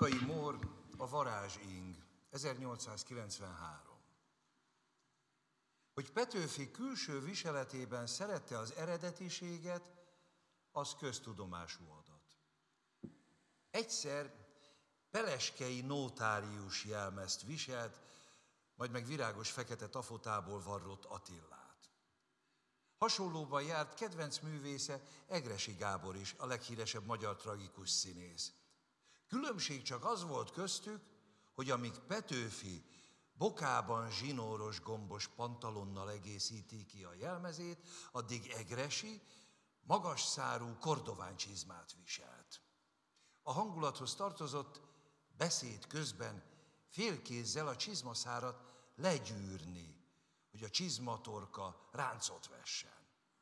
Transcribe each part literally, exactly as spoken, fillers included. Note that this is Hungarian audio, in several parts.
Pusztai Mór, a varázsing, ezernyolcszázkilencvenhárom. Hogy Petőfi külső viseletében szerette az eredetiséget, az köztudomású adat. Egyszer peleskei nótárius jelmezt viselt, majd meg virágos fekete tafotából varrott Attillát. Hasonlóban járt kedvenc művésze Egressy Gábor is, a leghíresebb magyar tragikus színész. Különbség csak az volt köztük, hogy amíg Petőfi bokában zsinóros gombos pantalonnal egészíti ki a jelmezét, addig Egressy magas szárú kordován csizmát viselt. A hangulathoz tartozott beszéd közben félkézzel a csizmaszárat legyűrni, hogy a csizmatorka ráncot vessen.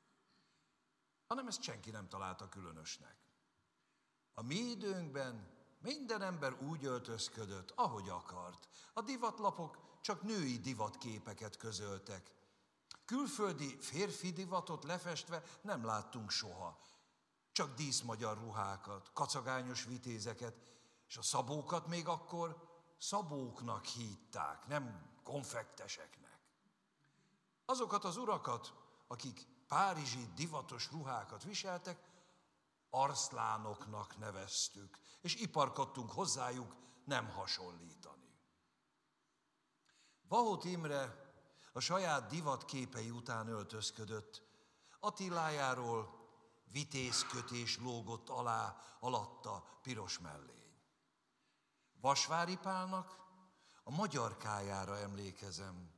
Hanem ezt senki nem találta különösnek. A mi időnkben minden ember úgy öltözködött, ahogy akart. A divatlapok csak női divatképeket közöltek. Külföldi férfi divatot lefestve nem láttunk soha. Csak díszmagyar ruhákat, kacagányos vitézeket, és a szabókat még akkor szabóknak hívták, nem konfekteseknek. Azokat az urakat, akik párizsi divatos ruhákat viseltek, arszlánoknak neveztük, és iparkodtunk hozzájuk nem hasonlítani. Vahot Imre a saját divatképei után öltözködött. Attilájáról vitézkötés lógott alá, alatta piros mellény. Vasvári Pálnak a magyarkájára emlékezem.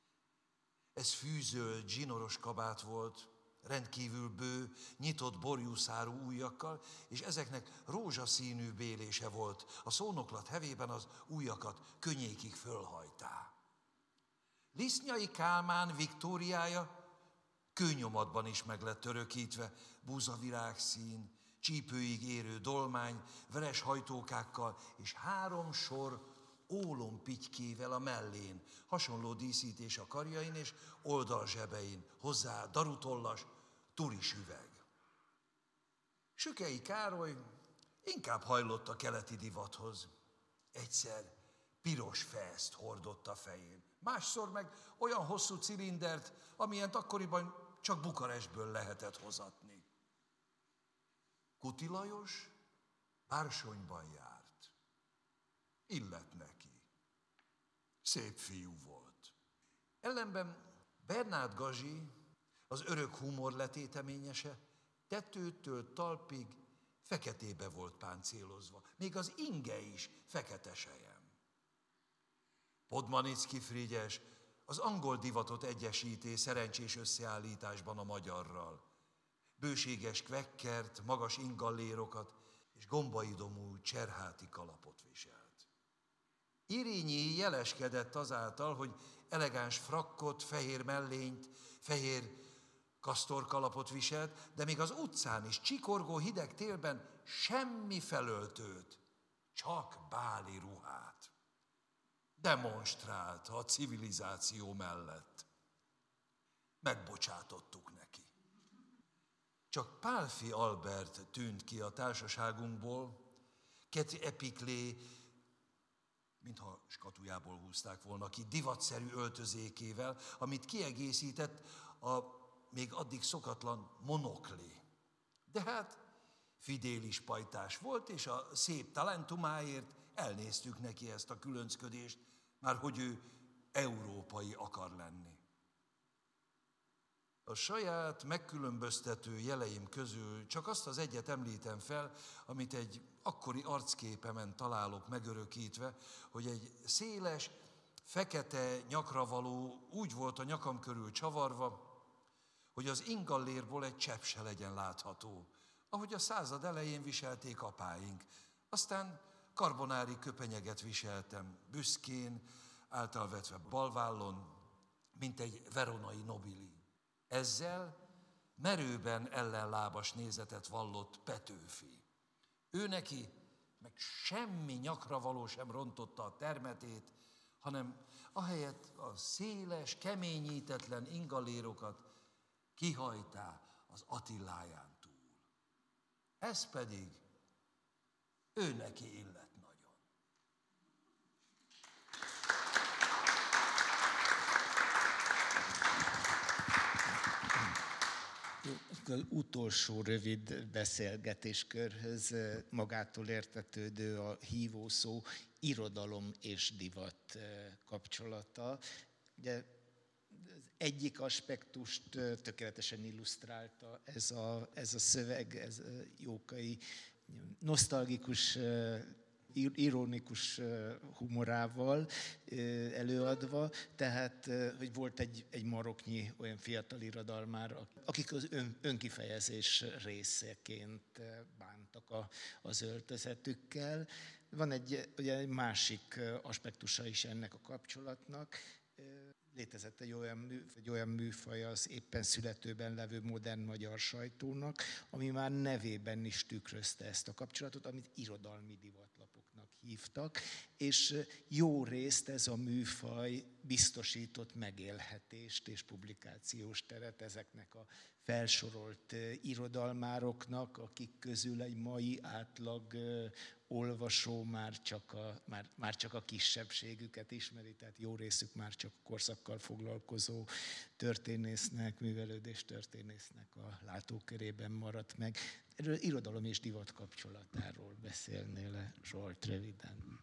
Ez fűzöld, zsinoros kabát volt, rendkívül bő, nyitott borjúszárú ujjakkal, és ezeknek rózsaszínű bélése volt. A szónoklat hevében az ujjakat könnyékig fölhajtá. Lisznyai Kálmán Viktóriája kőnyomatban is meg lett örökítve, búzavirágszín, csípőig érő dolmány, veres hajtókákkal és három sor ólompitykével a mellén, hasonló díszítés a karjain és oldalzsebein, hozzá darutollas, turis üveg. Sükei Károly inkább hajlott a keleti divathoz. Egyszer piros fezt hordott a fején, másszor meg olyan hosszú cilindert, amilyent akkoriban csak Bukarestből lehetett hozatni. Kuti Lajos bársonyban járt. Illett neki. Szép fiú volt. Ellenben Bernát Gazzsi, az örök humor letéteményese, tetőtől talpig feketébe volt páncélozva. Még az inge is fekete sejem. Podmanicki Frigyes az angol divatot egyesíté szerencsés összeállításban a magyarral. Bőséges kvekkert, magas ingallérokat és gombaidomú cserháti kalapot viselt. Irényi jeleskedett azáltal, hogy elegáns frakkot, fehér mellényt, fehér kasztorkalapot viselt, de még az utcán is, csikorgó hideg télben semmi felöltőt, csak báli ruhát. Demonstrálta a civilizáció mellett. Megbocsátottuk neki. Csak Pálffy Albert tűnt ki a társaságunkból, Keti Epiklé, mintha skatujából húzták volna ki, divatszerű öltözékével, amit kiegészített a még addig szokatlan monoklé. De hát fidélis pajtás volt, és a szép talentumáért elnéztük neki ezt a különcködést, már hogy ő európai akar lenni. A saját megkülönböztető jeleim közül csak azt az egyet említem fel, amit egy akkori arcképemen találok megörökítve, hogy egy széles, fekete nyakravaló úgy volt a nyakam körül csavarva, hogy az ingallérból egy csepp se legyen látható, ahogy a század elején viselték apáink. Aztán karbonári köpenyeget viseltem, büszkén, általvetve balvállon, mint egy veronai nobili. Ezzel merőben ellenlábas nézetet vallott Petőfi. Ő neki meg semmi nyakravaló sem rontotta a termetét, hanem ahelyett a széles, keményítetlen ingallérokat kihajtá az Attiláján túl. Ez pedig ő neki illett nagyon. az utolsó rövid beszélgetéskörhöz magától értetődő a hívószó irodalom és divat kapcsolata. Ugye az egyik aspektust tökéletesen illusztrálta ez a, ez a szöveg, ez a Jókai nosztalgikus, ironikus humorával előadva, tehát, hogy volt egy, egy maroknyi olyan fiatal irodalmár, akik az ön, önkifejezés részeként bántak a, az öltözetükkel. Van egy, ugye egy másik aspektusa is ennek a kapcsolatnak. Létezett egy olyan, mű, egy olyan műfaj az éppen születőben levő modern magyar sajtónak, ami már nevében is tükrözte ezt a kapcsolatot, amit irodalmi divatlapoknak hívtak, és jó részt ez a műfaj biztosított megélhetést és publikációs teret ezeknek a felsorolt irodalmároknak, akik közül egy mai átlag olvasó már csak, a, már, már csak a kisebbségüket ismeri, tehát jó részük már csak korszakkal foglalkozó történésznek, művelődés történésznek a látókörében maradt meg. Erről irodalom és divat kapcsolatáról beszélnél, Zsolt, röviden.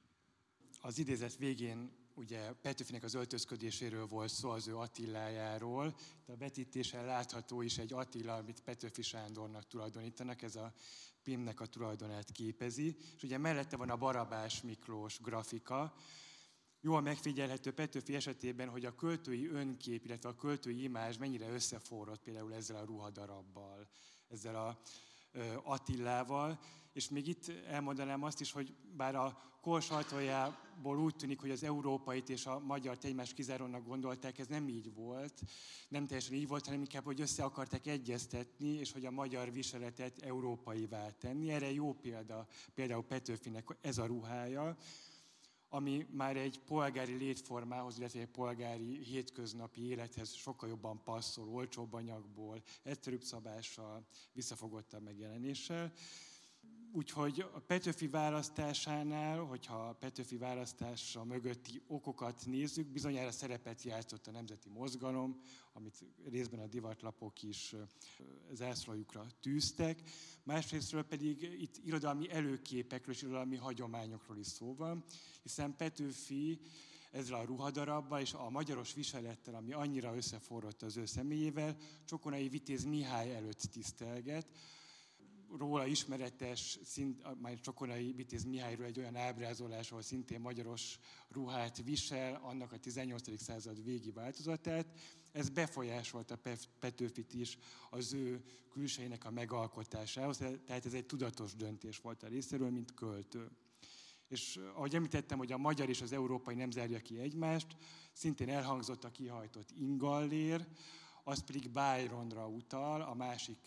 Az idézet végén ugye Petőfinek az öltözködéséről volt szó, az ő Attilájáról, de a vetítésen látható is egy Attila, amit Petőfi Sándornak tulajdonítanak, ez a Pimnek a tulajdonát képezi, és ugye mellette van a Barabás Miklós grafika. Jól megfigyelhető Petőfi esetében, hogy a költői önkép, illetve a költői imázs mennyire összeforrott például ezzel a ruhadarabbal, ezzel a Attilával, és még itt elmondanám azt is, hogy bár a kor sajtójából úgy tűnik, hogy az európait és a magyart egymást kizárónak gondolták, ez nem így volt, nem teljesen így volt, hanem inkább, hogy össze akarták egyeztetni, és hogy a magyar viseletet európaivá tenni. Erre jó példa, például Petőfinek ez a ruhája, ami már egy polgári létformához, illetve egy polgári hétköznapi élethez sokkal jobban passzol, olcsóbb anyagból, egyszerűbb szabással, visszafogottabb megjelenéssel. Úgyhogy a Petőfi választásánál, hogyha a Petőfi választása mögötti okokat nézzük, bizonyára szerepet játszott a nemzeti mozgalom, amit részben a divatlapok is zászlójukra tűztek. Másrésztről pedig itt irodalmi előképekről és irodalmi hagyományokról is szó van, hiszen Petőfi ezzel a ruhadarabbal és a magyaros viselettel, ami annyira összeforrott az ő személyével, Csokonai Vitéz Mihály előtt tisztelget. Róla ismeretes, szint, már Csokonai Vitéz Mihályról egy olyan ábrázolás, ahol szintén magyaros ruhát visel, annak a tizennyolcadik század végi változatát. Ez befolyásolta Petőfit is az ő külsejének a megalkotásához, tehát ez egy tudatos döntés volt a részéről, mint költő. És ahogy említettem, hogy a magyar és az európai nem zárja ki egymást, szintén elhangzott a kihajtott ingallér, az pedig Byronra utal, a másik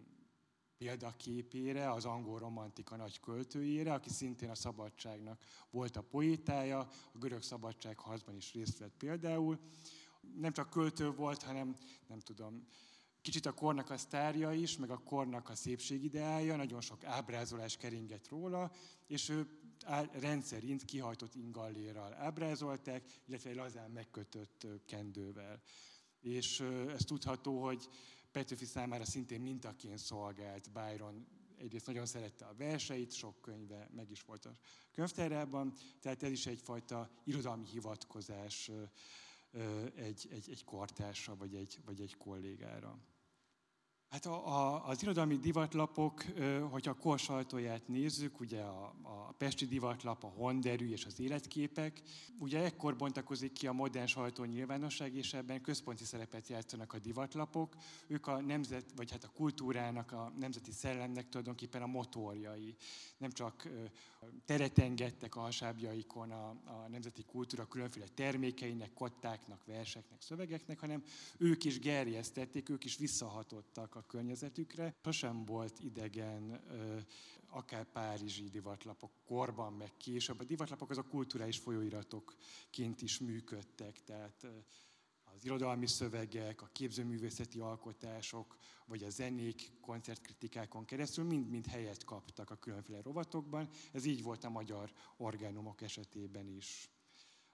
példaképére, az angol romantika nagy költőjére, aki szintén a szabadságnak volt a poétája, a görög szabadságharcban is részt vett például. Nem csak költő volt, hanem nem tudom, kicsit a kornak a sztárja is, meg a kornak a szépségideája, nagyon sok ábrázolás keringett róla, és ő rendszerint kihajtott ingallérral ábrázolták, illetve egy lazán megkötött kendővel. És ez tudható, hogy Petőfi számára szintén mintaként szolgált Byron. Egyrészt nagyon szerette a verseit, sok könyve meg is volt a könyvtárában, tehát ez is egyfajta irodalmi hivatkozás egy, egy, egy kortársa vagy egy, vagy egy kollégára. Hát a, a, az irodalmi divatlapok, hogyha a kor sajtóját nézzük, ugye a, a pesti divatlap, a Honderű és az Életképek, ugye ekkor bontakozik ki a modern sajtó nyilvánosság, és ebben központi szerepet játszanak a divatlapok. Ők a nemzet, vagy hát a kultúrának, a nemzeti szellemnek tulajdonképpen a motorjai. Nem csak teret engedtek a hasábjaikon a, a nemzeti kultúra különféle termékeinek, kottáknak, verseknek, szövegeknek, hanem ők is gerjesztették, ők is visszahatottak a környezetükre. Sosem volt idegen akár párizsi divatlapok korban, meg később. A divatlapok azok kulturális folyóiratokként is működtek, tehát az irodalmi szövegek, a képzőművészeti alkotások, vagy a zenék, koncertkritikákon keresztül mind-mind helyet kaptak a különféle rovatokban. Ez így volt a magyar orgánumok esetében is.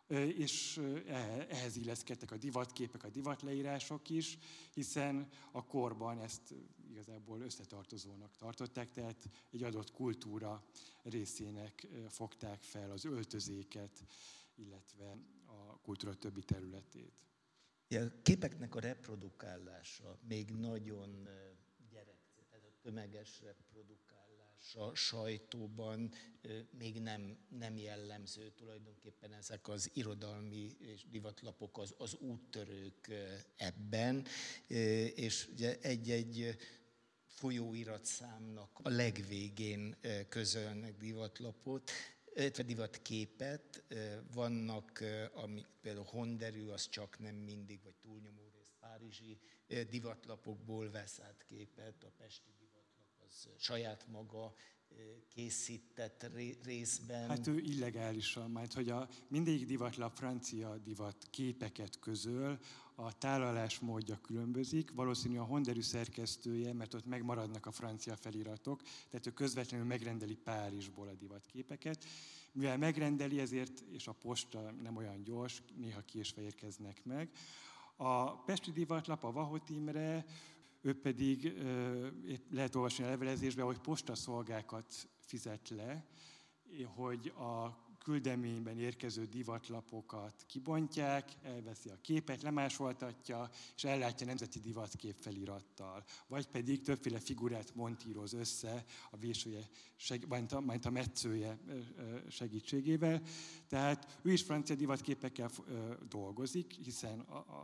És ehhez illeszkedtek a divatképek, a divatleírások is, hiszen a korban ezt igazából összetartozónak tartották, tehát egy adott kultúra részének fogták fel az öltözéket, illetve a kultúra többi területét. A képeknek a reprodukálása még nagyon gyerek, tehát a tömeges reprodukálása sajtóban még nem, nem jellemző, tulajdonképpen ezek az irodalmi és divatlapok az, az úttörők ebben, és ugye egy-egy folyóiratszámnak a legvégén közölnek divatlapot, illetve divatképet, vannak, ami például Honderű, az csak nem mindig, vagy túlnyomó részt párizsi divatlapokból vesz át képet, a pesti divatlap az saját maga készített részben. Hát ő illegálisan, mert hogy a mindegyik divatlap francia divat képeket közöl, a tálalás módja különbözik, valószínű a Honderű szerkesztője, mert ott megmaradnak a francia feliratok, tehát ő közvetlenül megrendeli Párizsból a divatképeket. Mivel megrendeli, ezért, és a posta nem olyan gyors, néha késve érkeznek meg. A pesti divatlap, a Vahot Imre, ő pedig lehet olvasni a levelezésben, hogy postaszolgákat fizet le, hogy a küldeményben érkező divatlapokat kibontják, elveszi a képet, lemásoltatja, és ellátja nemzeti divatkép felirattal. Vagy pedig többféle figurát montíroz össze a vésője, majd a, majd a metszője segítségével. Tehát ő is francia divatképekkel dolgozik, hiszen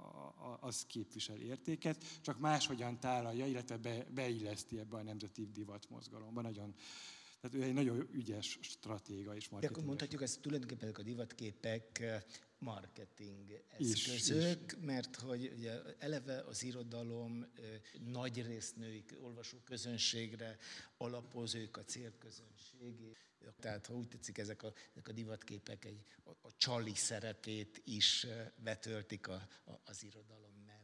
az képvisel értéket, csak máshogyan tálalja, illetve be, beilleszti ebbe a nemzeti divatmozgalomba. Nagyon Tehát ő egy nagyon ügyes stratéga és marketing. Akkor mondhatjuk, ez tulajdonképpen a divatképek marketing eszközök, is, is. Mert hogy ugye eleve az irodalom nagy részt női olvasóközönségre alapoz, ők a célközönség. Tehát ha úgy tetszik, ezek a, ezek a divatképek egy, a, a csali szerepét is betöltik a, a, az irodalom mellett.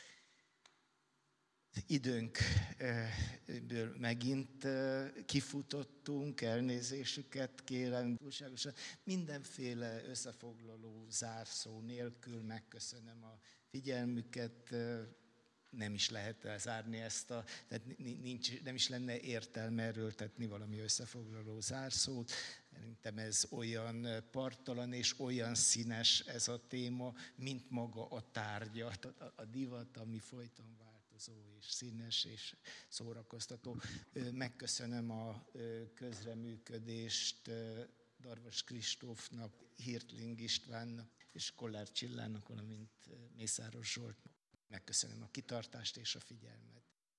Időnkből megint kifutottunk, elnézésüket kérem túlságosan. Mindenféle összefoglaló zárszó nélkül megköszönöm a figyelmüket. Nem is lehet elzárni ezt a, tehát nincs, nem is lenne értelme erőltetni valami összefoglaló zárszót. Szerintem ez olyan parttalan és olyan színes ez a téma, mint maga a tárgya, a, a divat, ami folyton változó és színes és szórakoztató. Megköszönöm a közreműködést Darvas Kristófnak, Hirtling Istvánnak és Kollár Csillának, valamint Mészáros Zsoltnak. Megköszönöm a kitartást és a figyelmet.